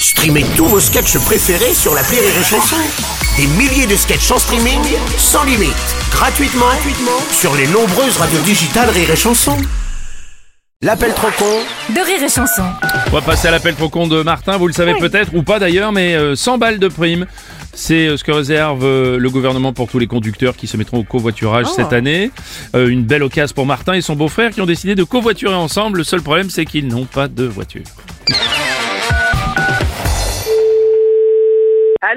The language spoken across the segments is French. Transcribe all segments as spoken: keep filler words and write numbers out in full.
Streamez tous vos sketchs préférés sur l'appli Rire et Chanson. Des milliers de sketchs en streaming, sans limite, gratuitement, gratuitement sur les nombreuses radios digitales Rire et Chanson. L'appel trop con de Rire et Chanson. On va passer à l'appel trop con de Martin, vous le savez oui. peut-être ou pas d'ailleurs, mais euh, cent balles de prime. C'est ce que réserve euh, le gouvernement pour tous les conducteurs qui se mettront au covoiturage oh. cette année. Euh, une belle occasion pour Martin et son beau-frère qui ont décidé de covoiturer ensemble. Le seul problème, c'est qu'ils n'ont pas de voiture. Allô ?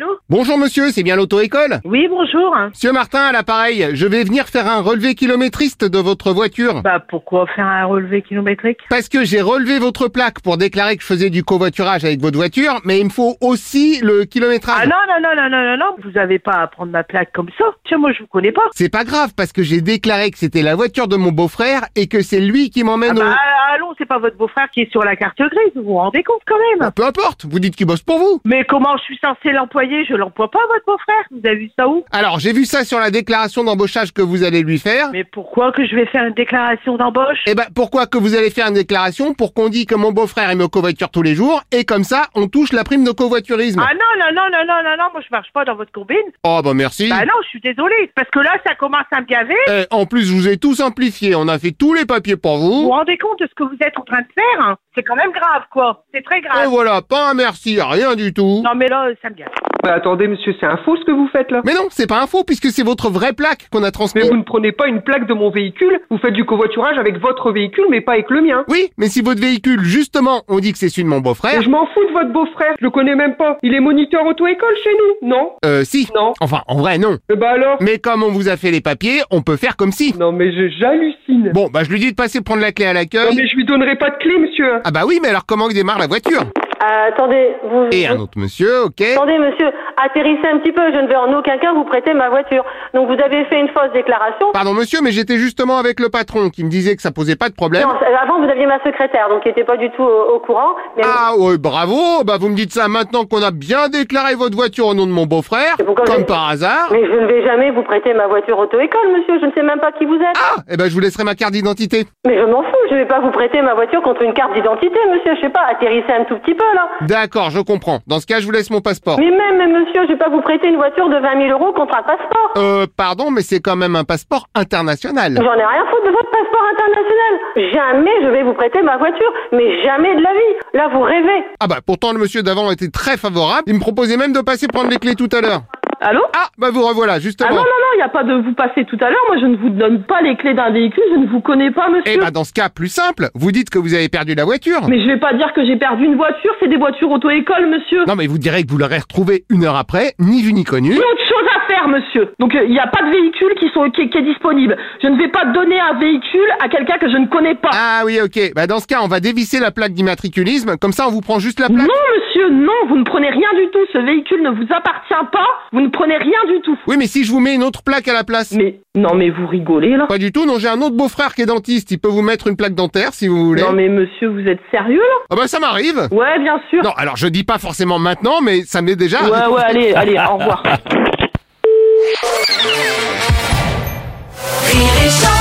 Bonjour monsieur, c'est bien l'auto-école ? Oui, bonjour. Monsieur Martin à l'appareil, je vais venir faire un relevé kilométriste de votre voiture. Bah pourquoi faire un relevé kilométrique ? Parce que j'ai relevé votre plaque pour déclarer que je faisais du covoiturage avec votre voiture, mais il me faut aussi le kilométrage. Ah non, non, non, non, non, non, non, vous avez pas à prendre ma plaque comme ça. Tiens, moi je vous connais pas. C'est pas grave, parce que j'ai déclaré que c'était la voiture de mon beau-frère et que c'est lui qui m'emmène ah bah, au... allons, c'est pas votre beau-frère qui est sur la carte grise, vous vous rendez compte quand même ? Bah, peu importe, vous dites qu'il bosse pour vous. Mais comment je suis censé l'employer ? Je l'emploie pas, votre beau-frère. Vous avez vu ça où ? Alors, j'ai vu ça sur la déclaration d'embauchage que vous allez lui faire. Mais pourquoi que je vais faire une déclaration d'embauche ? Eh ben, pourquoi que vous allez faire une déclaration pour qu'on dise que mon beau-frère il me covoiture tous les jours et comme ça, on touche la prime de covoiturisme. Ah non, non, non, non, non, non, non, moi je marche pas dans votre combine. Oh bah merci. Bah non, je suis désolée, parce que là, ça commence à me gaver. Eh, en plus, je vous ai tout simplifié, on a fait tous les papiers pour vous. Vous vous rendez compte de ce que vous êtes en train de faire hein ? C'est quand même grave, quoi. C'est très grave. Et voilà, pas un merci, rien du tout. Non mais là, ça me gave. Bah attendez monsieur, c'est un faux ce que vous faites là. Mais non, c'est pas un faux puisque c'est votre vraie plaque qu'on a transmise. Mais vous ne prenez pas une plaque de mon véhicule, vous faites du covoiturage avec votre véhicule mais pas avec le mien. Oui, mais si votre véhicule, justement, on dit que c'est celui de mon beau-frère... Mais je m'en fous de votre beau-frère, je le connais même pas. Il est moniteur auto-école chez nous, non ? Euh, si. Non. Enfin, en vrai, non. Euh, bah alors ? Mais comme on vous a fait les papiers, on peut faire comme si. Non mais je, j'hallucine. Bon, bah je lui dis de passer prendre la clé à l'accueil. Non mais je lui donnerai pas de clé monsieur. Ah bah oui, mais alors comment démarre la voiture ? Euh, attendez, vous... Et un vous... autre monsieur, ok. Attendez, monsieur, atterrissez un petit peu, je ne vais en aucun cas vous prêter ma voiture. Donc vous avez fait une fausse déclaration. Pardon monsieur, mais j'étais justement avec le patron qui me disait que ça posait pas de problème. Non, avant vous aviez ma secrétaire, donc qui était pas du tout au, au courant. Mais... Ah ouais, bravo, bah vous me dites ça maintenant qu'on a bien déclaré votre voiture au nom de mon beau-frère, comme par hasard. Mais je ne vais jamais vous prêter ma voiture auto-école, monsieur, je ne sais même pas qui vous êtes. Ah, eh ben je vous laisserai ma carte d'identité. Mais je m'en fous, je vais pas vous prêter ma voiture contre une carte d'identité, monsieur, je sais pas, atterrissez un tout petit peu là. D'accord, je comprends. Dans ce cas, je vous laisse mon passeport. Mais même, mais monsieur, je vais pas vous prêter une voiture de vingt mille euros contre un passeport. Euh, pardon, mais c'est quand même un passeport international. J'en ai rien à foutre de votre passeport international. Jamais je vais vous prêter ma voiture, mais jamais de la vie. Là, vous rêvez. Ah bah, pourtant, le monsieur d'avant était très favorable. Il me proposait même de passer prendre les clés tout à l'heure. Allô ? Ah, bah vous revoilà, justement. Ah non, non, non, il n'y a pas de vous passer tout à l'heure. Moi, je ne vous donne pas les clés d'un véhicule, je ne vous connais pas, monsieur. Eh bah, dans ce cas, plus simple, vous dites que vous avez perdu la voiture. Mais je vais pas dire que j'ai perdu une voiture, c'est des voitures auto-école, monsieur. Non, mais vous direz que vous l'aurez retrouvée une heure après, ni vu ni connu. J'ai autre chose à faire, monsieur. Donc, il euh, n'y a pas de véhicule qui, sont, qui, qui est disponible. Je ne vais pas donner un véhicule à quelqu'un que je ne connais pas. Ah oui, ok. Bah, dans ce cas, on va dévisser la plaque d'immatriculisme, comme ça, on vous prend juste la plaque. Non, monsieur, non, vous ne prenez rien du tout. Ce véhicule ne vous appartient pas. Vous ne prenez rien du tout. Oui, mais si je vous mets une autre plaque à la place. Mais, non, mais vous rigolez, là. Pas du tout, non, j'ai un autre beau-frère qui est dentiste. Il peut vous mettre une plaque dentaire, si vous voulez. Non, mais monsieur, vous êtes sérieux, là? Ah bah, ça m'arrive. Ouais, bien sûr. Non, alors, je dis pas forcément maintenant, mais ça m'est déjà Ouais, ouais, allez, allez, au revoir. Rire et Chanson.